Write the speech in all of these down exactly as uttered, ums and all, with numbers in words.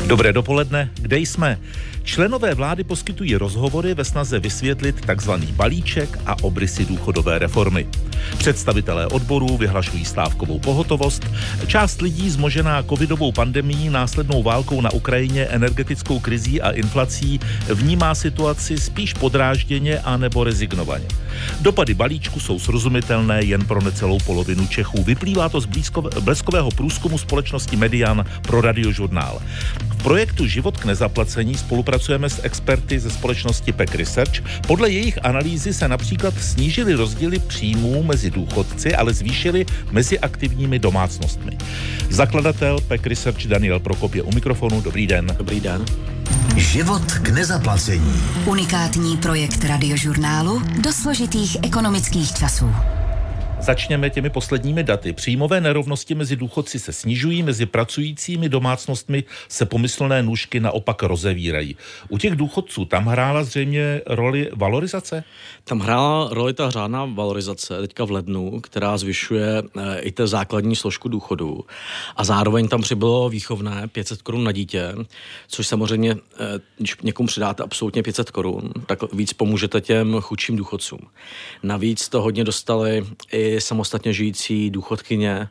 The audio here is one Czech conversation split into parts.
Dobré dopoledne, kde jsme? Členové vlády poskytují rozhovory ve snaze vysvětlit takzvaný balíček a obrysy důchodové reformy. Představitelé odborů vyhlašují stávkovou pohotovost. Část lidí zmožená covidovou pandemií, následnou válkou na Ukrajině, energetickou krizí a inflací vnímá situaci spíš podrážděně a nebo rezignovaně. Dopady balíčku jsou srozumitelné jen pro necelou polovinu Čechů. Vyplývá to z bleskového průzkumu společnosti Median pro Radiožurnál. V projektu Život k nezaplacení spolupracujeme s experty ze společnosti P E C Research. Podle jejich analýzy se například snížily rozdíly příjmů mezi důchodci, ale zvýšily mezi aktivními domácnostmi. Zakladatel P E C Research Daniel Prokop je u mikrofonu. Dobrý den. Dobrý den. Život k nezaplacení. Unikátní projekt Radiožurnálu do složitých ekonomických časů. Začněme těmi posledními daty. Příjmové nerovnosti mezi důchodci se snižují, mezi pracujícími domácnostmi se pomyslné nůžky naopak rozevírají. U těch důchodců tam hrála zřejmě roli valorizace? Tam hrála roli ta řádná valorizace teďka v lednu, která zvyšuje e, i té základní složku důchodu. A zároveň tam přibylo výchovné pět set korun na dítě, což samozřejmě, e, když někomu přidáte absolutně pět set korun, tak víc pomůžete těm chudším důchodcům. Navíc to hodně dostali i samostatně žijící důchodkyně,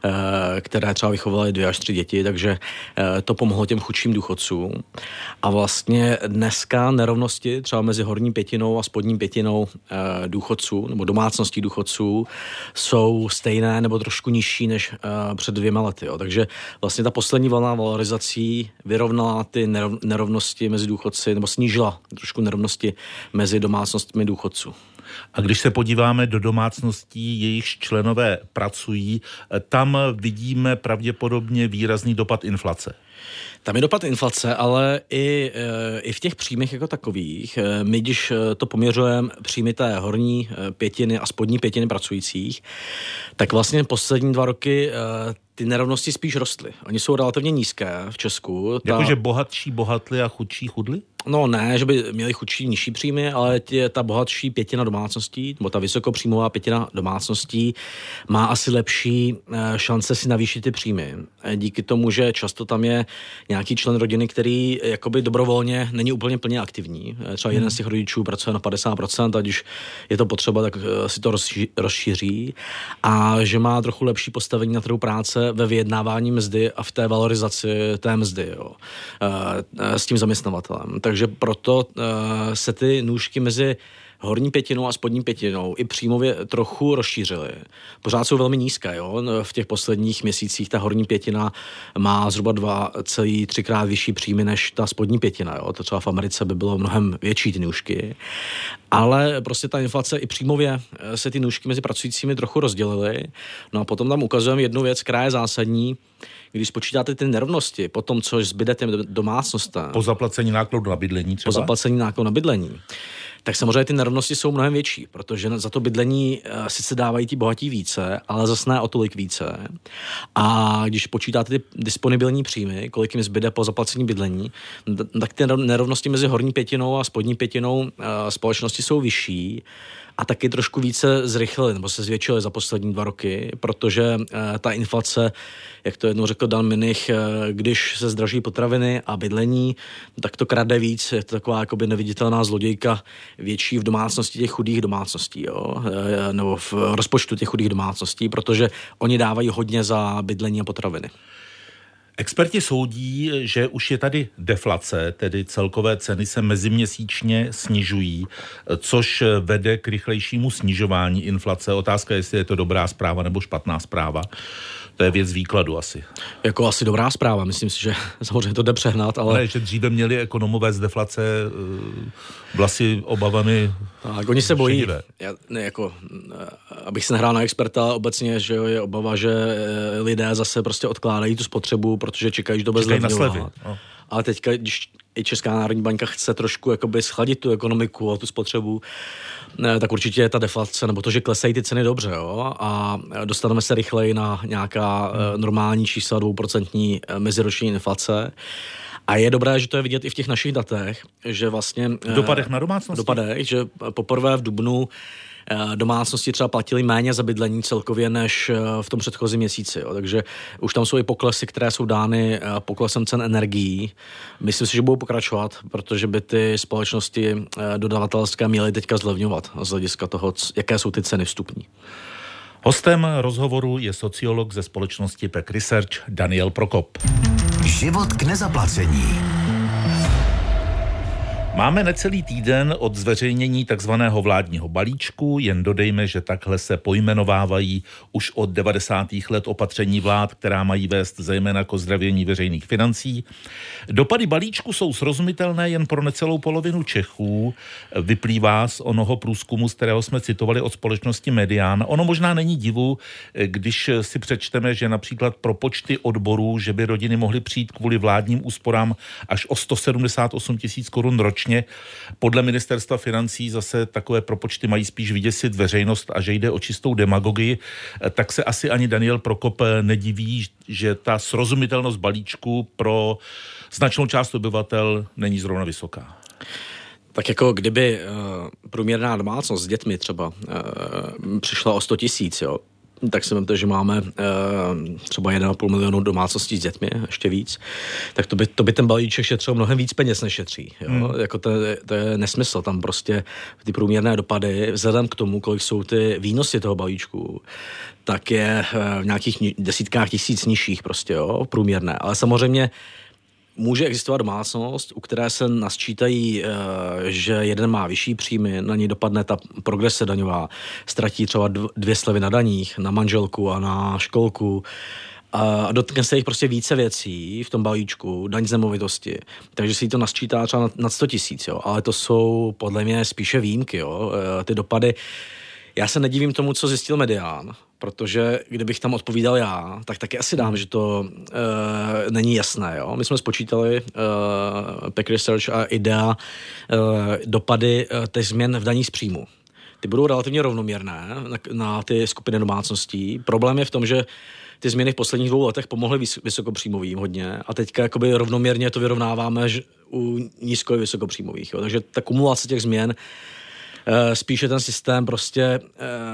které třeba vychovaly dvě až tři děti, takže to pomohlo těm chudším důchodcům. A vlastně dneska nerovnosti třeba mezi horní pětinou a spodní pětinou důchodců nebo domácností důchodců jsou stejné nebo trošku nižší než před dvěma lety. Jo. Takže vlastně ta poslední vlna valorizací vyrovnala ty nerovnosti mezi důchodci nebo snížila trošku nerovnosti mezi domácnostmi důchodců. A když se podíváme do domácností, jejichž členové pracují, tam vidíme pravděpodobně výrazný dopad inflace. Tam je dopad inflace, ale i, i v těch příjmech jako takových. My, když to poměřujeme příjmy té horní pětiny a spodní pětiny pracujících, tak vlastně poslední dva roky ty nerovnosti spíš rostly. Oni jsou relativně nízké v Česku. Ta... Jakože bohatší bohatli a chudší chudli? No ne, že by měli chudší nižší příjmy, ale tě, ta bohatší pětina domácností, nebo ta vysokopříjmová pětina domácností má asi lepší šance si navýšit ty příjmy. Díky tomu, že často tam je nějaký člen rodiny, který jakoby dobrovolně není úplně plně aktivní. Třeba jeden z těch rodičů pracuje na padesát procent a když je to potřeba, tak si to rozšíří. A že má trochu lepší postavení na trhu práce ve vyjednávání mzdy a v té valorizaci té mzdy, jo, s tím zaměstnavatelem. Takže proto uh, se ty nůžky mezi horní pětinou a spodní pětinou i příjmově trochu rozšířily. Pořád jsou velmi nízké. Jo? V těch posledních měsících ta horní pětina má zhruba dva celé tři krát vyšší příjmy než ta spodní pětina. Jo? To třeba v Americe by bylo mnohem větší ty nůžky. Ale prostě ta inflace i příjmově se ty nůžky mezi pracujícími trochu rozdělily. No a potom tam ukazujeme jednu věc, která je zásadní. Když spočítáte ty nerovnosti po tom, co zbyde těm domácnostem. Po zaplacení nákladu na bydlení třeba? Po zaplacení nákladu na bydlení. Tak samozřejmě ty nerovnosti jsou mnohem větší, protože za to bydlení uh, sice dávají ti bohatí více, ale zase ne o tolik více. A když počítáte ty disponibilní příjmy, kolik jim zbyde po zaplacení bydlení, tak ty nerovnosti mezi horní pětinou a spodní pětinou uh, společnosti jsou vyšší a taky trošku více zrychlily nebo se zvětšily za poslední dva roky, protože uh, ta inflace, jak to jednou řekl Dan Minich, uh, když se zdraží potraviny a bydlení, tak to krade víc, je to taková jakoby neviditelná zlodějka větší v domácnosti těch chudých domácností, jo? Nebo v rozpočtu těch chudých domácností, protože oni dávají hodně za bydlení a potraviny. Experti soudí, že už je tady deflace, tedy celkové ceny se meziměsíčně snižují, což vede k rychlejšímu snižování inflace. Otázka je, jestli je to dobrá zpráva nebo špatná zpráva. To je věc výkladu asi. Jako asi dobrá zpráva, myslím si, že samozřejmě to jde přehnat, ale... Ne, že dříve měli ekonomové z deflace vlasy obavami. Tak, oni se bojí, já, ne, jako, abych se nehrál na experta, obecně, že je obava, že lidé zase prostě odkládají tu spotřebu, protože čekají, že to bude zlevňovat. No. Ale teďka, když i Česká národní banka chce trošku jakoby schladit tu ekonomiku a tu spotřebu, tak určitě je ta deflace, nebo to, že klesají ty ceny dobře, jo, a dostaneme se rychleji na nějaká normální čísla dvouprocentní meziroční inflace. A je dobré, že to je vidět i v těch našich datech, že vlastně... V dopadech na domácnosti? Dopadech, že poprvé v dubnu domácnosti třeba platili méně za bydlení celkově než v tom předchozím měsíci. Jo. Takže už tam jsou i poklesy, které jsou dány poklesem cen energií. Myslím si, že budou pokračovat, protože by ty společnosti dodavatelské měly teďka zlevňovat z hlediska toho, jaké jsou ty ceny vstupní. Hostem rozhovoru je sociolog ze společnosti P E C Research Daniel Prokop. Život k nezaplacení. Máme necelý týden od zveřejnění takzvaného vládního balíčku, jen dodejme, že takhle se pojmenovávají už od devadesátých let opatření vlád, která mají vést zejména k ozdravění veřejných financí. Dopady balíčku jsou srozumitelné jen pro necelou polovinu Čechů. Vyplývá z onoho průzkumu, z kterého jsme citovali od společnosti Median. Ono možná není divu, když si přečteme, že například pro počty odborů, že by rodiny mohly přijít kvůli vládním úsporám až o sto sedmdesát osm tisíc korun ročně. Podle ministerstva financí zase takové propočty mají spíš vyděsit veřejnost a že jde o čistou demagogii, tak se asi ani Daniel Prokop nediví, že ta srozumitelnost balíčku pro značnou část obyvatel není zrovna vysoká. Tak jako kdyby uh, průměrná domácnost s dětmi třeba uh, přišla o sto tisíc, jo, tak si vemte, že máme uh, třeba jeden a půl milionu domácností s dětmi, ještě víc, tak to by, to by ten balíček šetřil mnohem víc peněz, než šetří. Jo? Hmm. Jako to, to je nesmysl, tam prostě ty průměrné dopady, vzhledem k tomu, kolik jsou ty výnosy toho balíčku, tak je uh, v nějakých desítkách tisíc nižších prostě, jo, průměrné. Ale samozřejmě může existovat domácnost, u které se nasčítají, že jeden má vyšší příjmy, na něj dopadne ta progrese daňová, ztratí třeba dvě slevy na daních, na manželku a na školku a dotkne se jich prostě více věcí v tom balíčku, daň z nemovitosti, takže si to nasčítá třeba nad sto tisíc, jo, ale to jsou podle mě spíše výjimky, jo, ty dopady. Já se nedivím tomu, co zjistil Median, protože kdybych tam odpovídal já, tak taky asi dám, že to e, není jasné. Jo? My jsme spočítali e, P E C Research a IDEA e, dopady e, těch změn v daní z příjmu. Ty budou relativně rovnoměrné na, na ty skupiny domácností. Problém je v tom, že ty změny v posledních dvou letech pomohly vys- vysokopříjmovým hodně a teďka jakoby rovnoměrně to vyrovnáváme u nízko- a vysokopříjmových. Jo? Takže ta kumulace těch změn spíše ten systém prostě e,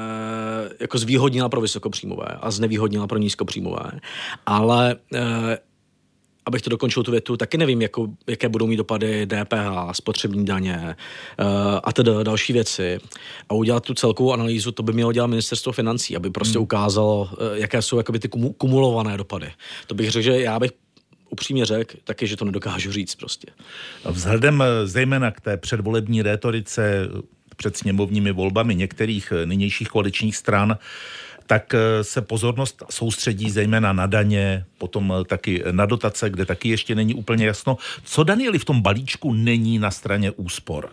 jako zvýhodnila pro vysokopříjmové a znevýhodnila pro nízkopříjmové. Ale e, abych to dokončil tu větu, taky nevím, jako, jaké budou mít dopady D P H, spotřební daně e, a tedy další věci. A udělat tu celkovou analýzu, to by mělo dělat ministerstvo financí, aby prostě hmm. ukázalo, e, jaké jsou jakoby ty kumulované dopady. To bych řekl, že já bych upřímně řekl, taky, že to nedokážu říct prostě. Vzhledem zejména k té předvolební rétorice před sněmovními volbami některých nynějších koaličních stran, tak se pozornost soustředí zejména na daně, potom taky na dotace, kde taky ještě není úplně jasno. Co, Danieli, v tom balíčku není na straně úspor?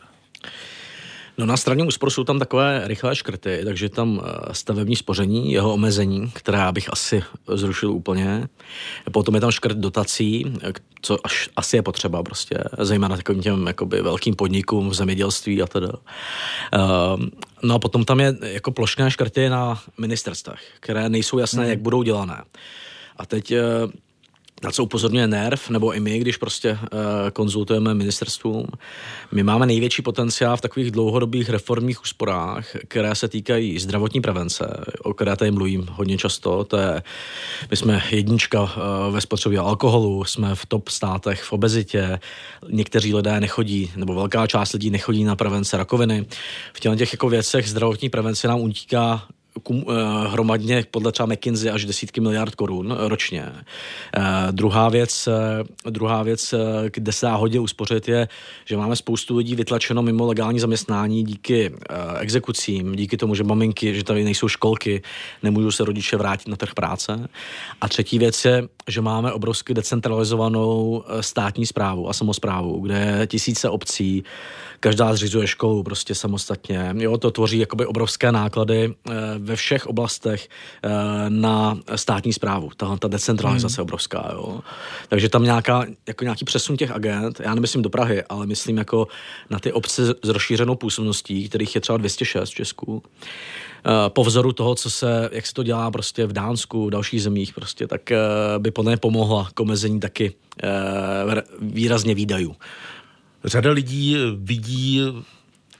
No na straně úspor jsou tam takové rychlé škrty, takže tam stavební spoření, jeho omezení, které bych asi zrušil úplně. Potom je tam škrt dotací, co až, asi je potřeba prostě, zejména takovým těm jakoby velkým podnikům v zemědělství a teda. No a potom tam je jako plošné škrty na ministerstvech, které nejsou jasné, hmm. jak budou dělané. A teď na co upozorňuje NERV, nebo i my, když prostě uh, konzultujeme ministerstvům. My máme největší potenciál v takových dlouhodobých reformních úsporách, které se týkají zdravotní prevence, o které tady mluvím hodně často. To je, my jsme jednička uh, ve spotřebě alkoholu, jsme v top státech v obezitě, někteří lidé nechodí, nebo velká část lidí nechodí na prevence rakoviny. V těchto těch jako věcech zdravotní prevence nám utíká Kum, eh, hromadně podle třeba McKinsey až desítky miliard korun ročně. Eh, druhá věc, eh, druhá věc, eh, kde se dá hodně uspořit, je, že máme spoustu lidí vytlačeno mimo legální zaměstnání díky eh, exekucím, díky tomu, že maminky, že tady nejsou školky, nemůžou se rodiče vrátit na trh práce. A třetí věc je, že máme obrovsky decentralizovanou státní správu a samosprávu, kde tisíce obcí, každá zřizuje školu prostě samostatně. Jo, to tvoří jakoby obrovské náklady eh, ve všech oblastech eh, na státní správu. Ta, ta decentralizace hmm. obrovská. Jo. Takže tam nějaká, jako nějaký přesun těch agent, já nemyslím do Prahy, ale myslím jako na ty obce s rozšířenou působností, kterých je třeba dvě stě šest v Česku. Eh, po vzoru toho, co se, jak se to dělá prostě v Dánsku, v dalších zemích, prostě, tak eh, by podle mě pomohla k omezení taky eh, výrazně výdajů. Řada lidí vidí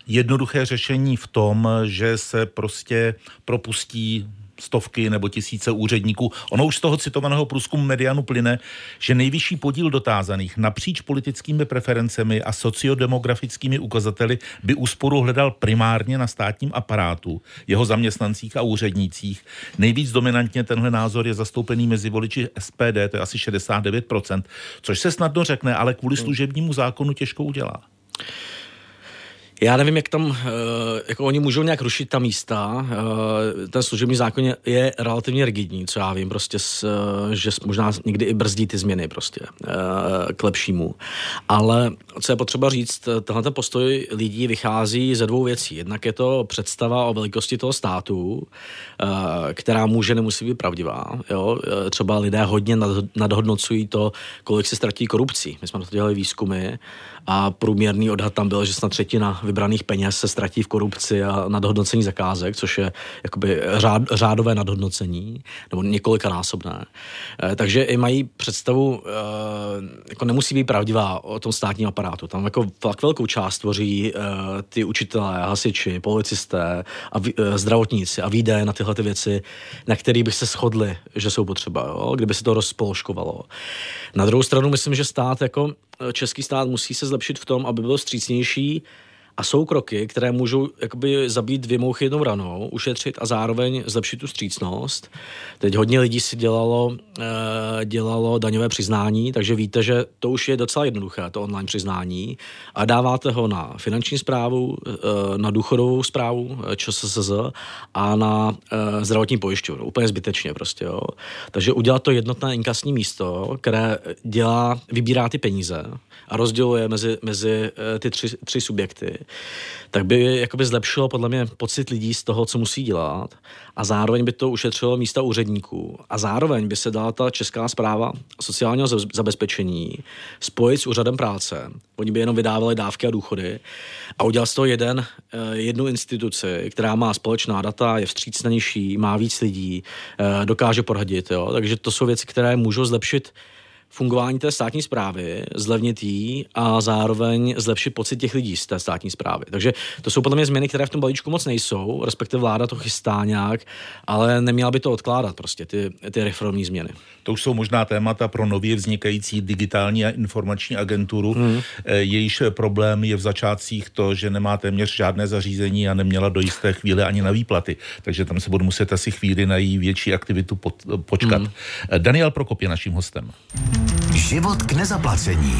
jednoduché řešení v tom, že se prostě propustí stovky nebo tisíce úředníků. Ono už z toho citovaného průzkumu Medianu plyne, že nejvyšší podíl dotázaných napříč politickými preferencemi a sociodemografickými ukazateli by úsporu hledal primárně na státním aparátu, jeho zaměstnancích a úřednících. Nejvíc dominantně tenhle názor je zastoupený mezi voliči S P D, to je asi šedesát devět procent, což se snadno řekne, ale kvůli služebnímu zákonu těžko udělá. Já nevím, jak tam, jako oni můžou nějak rušit ta místa, ten služební zákon je, je relativně rigidní, co já vím, prostě, že možná někdy i brzdí ty změny prostě k lepšímu. Ale co je potřeba říct, tenhle postoj lidí vychází ze dvou věcí. Jednak je to představa o velikosti toho státu, která může, nemusí být pravdivá. Jo? Třeba lidé hodně nadhodnocují to, kolik se ztratí korupcí. My jsme na to dělali výzkumy a průměrný odhad tam byl, že snad třetina vybraných peněz se ztratí v korupci a nadhodnocení zakázek, což je jakoby řád, řádové nadhodnocení, nebo několikanásobné. E, takže i mají představu, e, jako nemusí být pravdivá o tom státním aparátu. Tam jako fakt velkou část tvoří e, ty učitelé, hasiči, policisté a v, e, zdravotníci a výdaje na tyhle ty věci, na kterých by se shodli, že jsou potřeba, jo? Kdyby se to rozpoložkovalo. Na druhou stranu myslím, že stát jako český stát musí se zlepšit v tom, aby byl vstřícnější a jsou kroky, které můžou jakoby zabít dvě mouchy jednou ranou, ušetřit a zároveň zlepšit tu vstřícnost. Teď hodně lidí si dělalo, e, dělalo daňové přiznání, takže víte, že to už je docela jednoduché, to online přiznání a dáváte ho na finanční správu, e, na důchodovou správu ČSSZ a na e, zdravotní pojišťovnu. Úplně zbytečně prostě, jo. Takže udělat to jednotné inkasní místo, které dělá, vybírá ty peníze a rozděluje mezi, mezi ty tři, tři subjekty, tak by jakoby zlepšilo podle mě pocit lidí z toho, co musí dělat a zároveň by to ušetřilo místa úředníků a zároveň by se dala ta Česká správa sociálního zabezpečení spojit s úřadem práce. Oni by jenom vydávali dávky a důchody a udělat z toho jeden, jednu instituci, která má společná data, je vstřícnější, má víc lidí, dokáže poradit. Jo? Takže to jsou věci, které můžou zlepšit fungování té státní správy, zlevnit jí a zároveň zlepšit pocit těch lidí z té státní správy. Takže to jsou podle mě změny, které v tom balíčku moc nejsou, respektive vláda to chystá nějak, ale neměla by to odkládat prostě, ty, ty reformní změny. To už jsou možná témata pro nově vznikající digitální a informační agenturu. Hmm. Jejíž problém je v začátcích to, že nemá téměř žádné zařízení a neměla do jisté chvíle ani na výplaty. Takže tam se budu muset asi chvíli na její větší aktivitu počkat. Hmm. Daniel Prokop je naším hostem. Život k nezaplacení.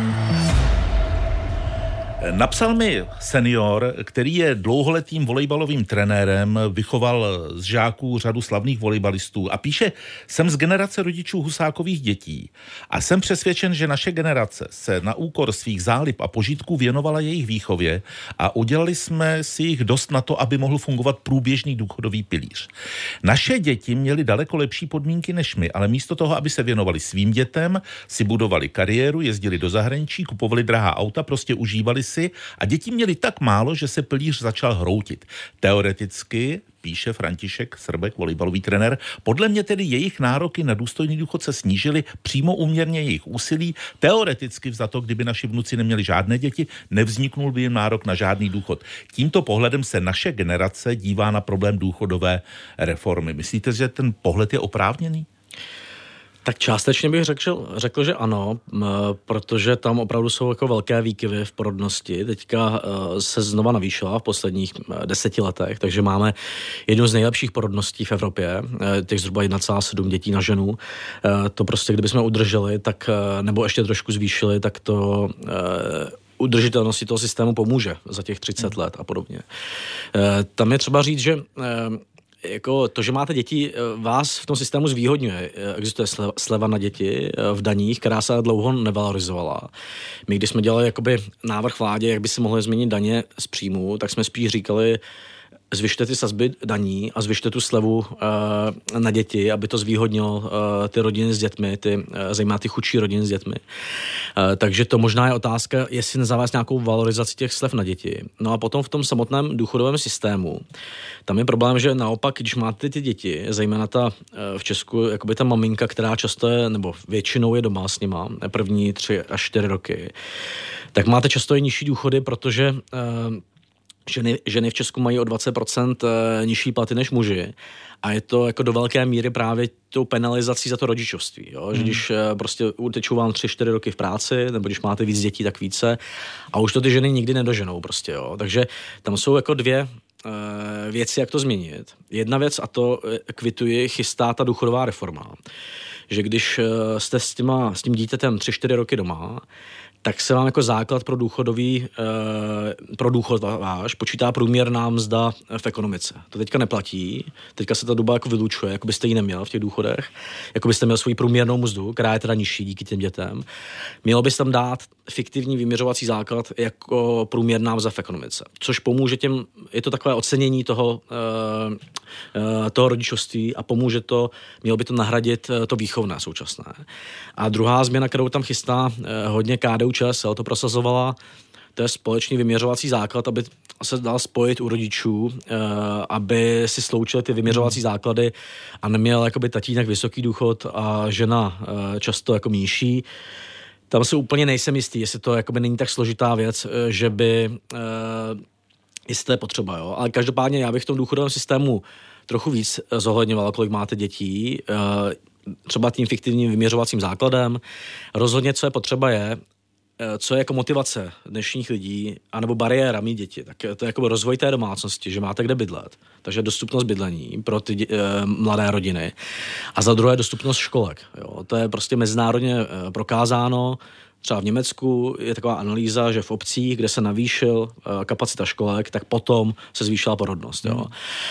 Napsal mi senior, který je dlouholetým volejbalovým trenérem, vychoval z žáků řadu slavných volejbalistů a píše, jsem z generace rodičů Husákových dětí a jsem přesvědčen, že naše generace se na úkor svých zálib a požitků věnovala jejich výchově a udělali jsme si jich dost na to, aby mohl fungovat průběžný důchodový pilíř. Naše děti měly daleko lepší podmínky než my, ale místo toho, aby se věnovali svým dětem, si budovali kariéru, jezdili do zahraničí, kupovali drahá auta, prostě užívali si a děti měli tak málo, že se pilíř začal hroutit. Teoreticky, píše František Srbek, volejbalový trenér, podle mě tedy jejich nároky na důstojný důchod se snížily přímo úměrně jejich úsilí. Teoreticky vzato, kdyby naši vnuci neměli žádné děti, nevzniknul by jim nárok na žádný důchod. Tímto pohledem se naše generace dívá na problém důchodové reformy. Myslíte, že ten pohled je oprávněný? Tak částečně bych řekl, řekl, že ano, protože tam opravdu jsou jako velké výkyvy v porodnosti. Teďka se znova navýšila v posledních deseti letech, takže máme jednu z nejlepších porodností v Evropě, těch zhruba jedna celá sedm dětí na ženu. To prostě, kdybychom udrželi, tak, nebo ještě trošku zvýšili, tak to udržitelnosti toho systému pomůže za těch třicet let a podobně. Tam je třeba říct, že jako to, že máte děti, vás v tom systému zvýhodňuje. Existuje sleva na děti v daních, která se dlouho nevalorizovala. My, když jsme dělali jakoby návrh vládě, jak by se mohly změnit daně z příjmu, tak jsme spíš říkali, zvyšte ty sazby daní a zvyšte tu slevu uh, na děti, aby to zvýhodnilo uh, ty rodiny s dětmi, ty, uh, zejména ty chudší rodiny s dětmi. Uh, takže to možná je otázka, jestli nezavést nějakou valorizaci těch slev na děti. No a potom v tom samotném důchodovém systému, tam je problém, že naopak, když máte ty děti, zejména ta uh, v Česku, jakoby ta maminka, která často je, nebo většinou je doma s nima, první tři až čtyři roky, tak máte často i nižší důchody, protože uh, Ženy, ženy v Česku mají o dvacet procent nižší platy než muži a je to jako do velké míry právě tou penalizací za to rodičovství. Jo? Že hmm. když prostě utečou vám tři čtyři roky v práci, nebo když máte víc dětí, tak více a už to ty ženy nikdy nedoženou prostě. Jo? Takže tam jsou jako dvě uh, věci, jak to změnit. Jedna věc, a to kvituji, chystá ta důchodová reforma. Že když jste s, těma, s tím dítětem tři čtyři roky doma, tak se vám jako základ pro důchodový, e, pro důchod váš počítá průměrná mzda v ekonomice. To teďka neplatí, teďka se ta doba jako vylučuje, jako byste ji neměl v těch důchodech, jako byste měl svoji průměrnou mzdu, která je teda nižší díky těm dětem. Mělo byste tam dát fiktivní vyměřovací základ jako průměrná mzda v ekonomice, což pomůže těm, je to takové ocenění toho, e, e, toho rodičovství a pomůže to, mělo by to nahradit to výchovné současné. A druhá změna, kterou tam chystá e, hodně K D U Č S L to prosazovala, to je společný vyměřovací základ, aby se dal spojit u rodičů, aby si sloučili ty vyměřovací základy a neměl jakoby tatínek vysoký důchod a žena často jako nižší. Tam se úplně nejsem jistý, jestli to jakoby není tak složitá věc, že by, jestli to je potřeba, jo. Ale každopádně já bych v tom důchodovém systému trochu víc zohledňoval, kolik máte dětí, třeba tím fiktivním vyměřovacím základem. Rozhodně, co je potřeba je, co je jako motivace dnešních lidí, anebo bariéra mít děti, tak to je jako rozvoj té domácnosti, že máte kde bydlet. Takže dostupnost bydlení pro ty e, mladé rodiny. A za druhé dostupnost školek. Jo. To je prostě mezinárodně e, prokázáno. Třeba v Německu je taková analýza, že v obcích, kde se navýšil uh, kapacita školek, tak potom se zvýšila porodnost. Jo.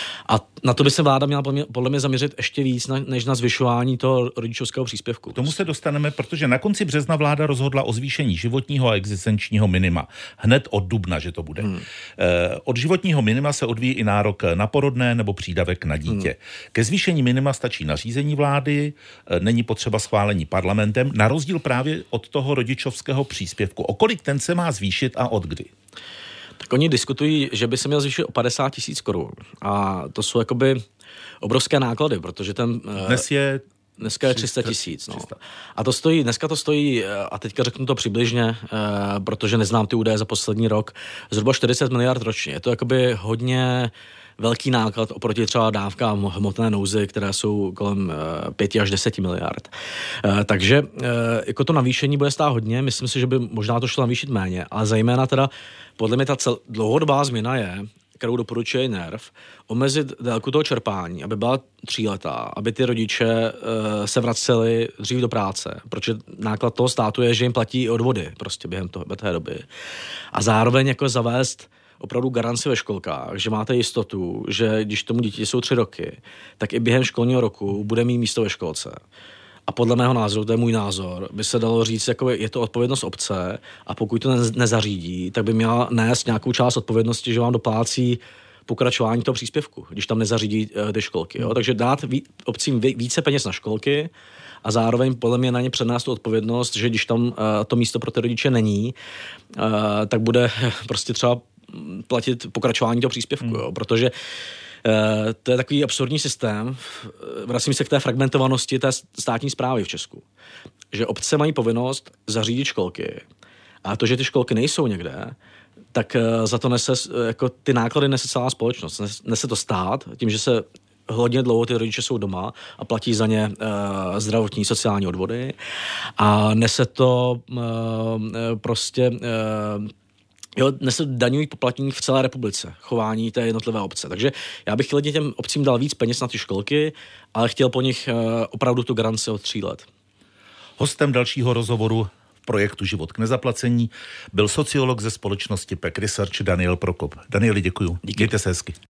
A na to by se vláda měla podle mě zaměřit ještě víc, na, než na zvyšování toho rodičovského příspěvku. K tomu se dostaneme, protože na konci března vláda rozhodla o zvýšení životního a existenčního minima. Hned od dubna, že to bude. Hmm. E, od životního minima se odvíjí i nárok na porodné nebo přídavek na dítě. Hmm. Ke zvýšení minima stačí nařízení vlády, e, není potřeba schválení parlamentem, na rozdíl právě od toho rodičovského rodičovského příspěvku. O kolik ten se má zvýšit a od kdy? Tak oni diskutují, že by se měl zvýšit o padesát tisíc korun. A to jsou jakoby obrovské náklady, protože ten... Dnes je... Dneska je tři sta tisíc. No. A to stojí, dneska to stojí, a teďka řeknu to přibližně, protože neznám ty údaje za poslední rok, zhruba čtyřicet miliard ročně. Je to jakoby hodně velký náklad oproti třeba dávkám hmotné nouzy, které jsou kolem pět až deset miliard. Takže jako to navýšení bude stát hodně, myslím si, že by možná to šlo navýšit méně, ale zejména teda podle mě ta cel, dlouhodobá změna je, kterou doporučuje N E R V, omezit délku toho čerpání, aby byla tříletá, aby ty rodiče uh, se vraceli dřív do práce, protože náklad toho státu je, že jim platí odvody prostě během toho, té doby. A zároveň jako zavést opravdu garanci ve školkách, že máte jistotu, že když tomu dítě jsou tři roky, tak i během školního roku bude mít místo ve školce. A podle mého názoru, to je můj názor, by se dalo říct, jako je to odpovědnost obce a pokud to nezařídí, tak by měla nést nějakou část odpovědnosti, že vám doplácí pokračování toho příspěvku, když tam nezařídí uh, ty školky. Jo? Takže dát ví, obcím více peněz na školky a zároveň podle mě na ně přenést tu odpovědnost, že když tam uh, to místo pro ty rodiče není, uh, tak bude prostě třeba platit pokračování toho příspěvku, hmm. jo? Protože Uh, to je takový absurdní systém. Vracím se k té fragmentovanosti té státní správy v Česku. Že obce mají povinnost zařídit školky a to, že ty školky nejsou někde, tak uh, za to nese, jako ty náklady nese celá společnost. Nese to stát, tím, že se hodně dlouho ty rodiče jsou doma a platí za ně uh, zdravotní, sociální odvody a nese to uh, prostě uh, Jo, dnes daňují poplatník v celé republice chování té jednotlivé obce. Takže já bych chtěl těm obcím dal víc peněz na ty školky, ale chtěl po nich opravdu tu garanci od tří let. Hostem dalšího rozhovoru v projektu Život k nezaplacení byl sociolog ze společnosti P E C Research Daniel Prokop. Danieli, děkuju. Díky. Mějte se hezky.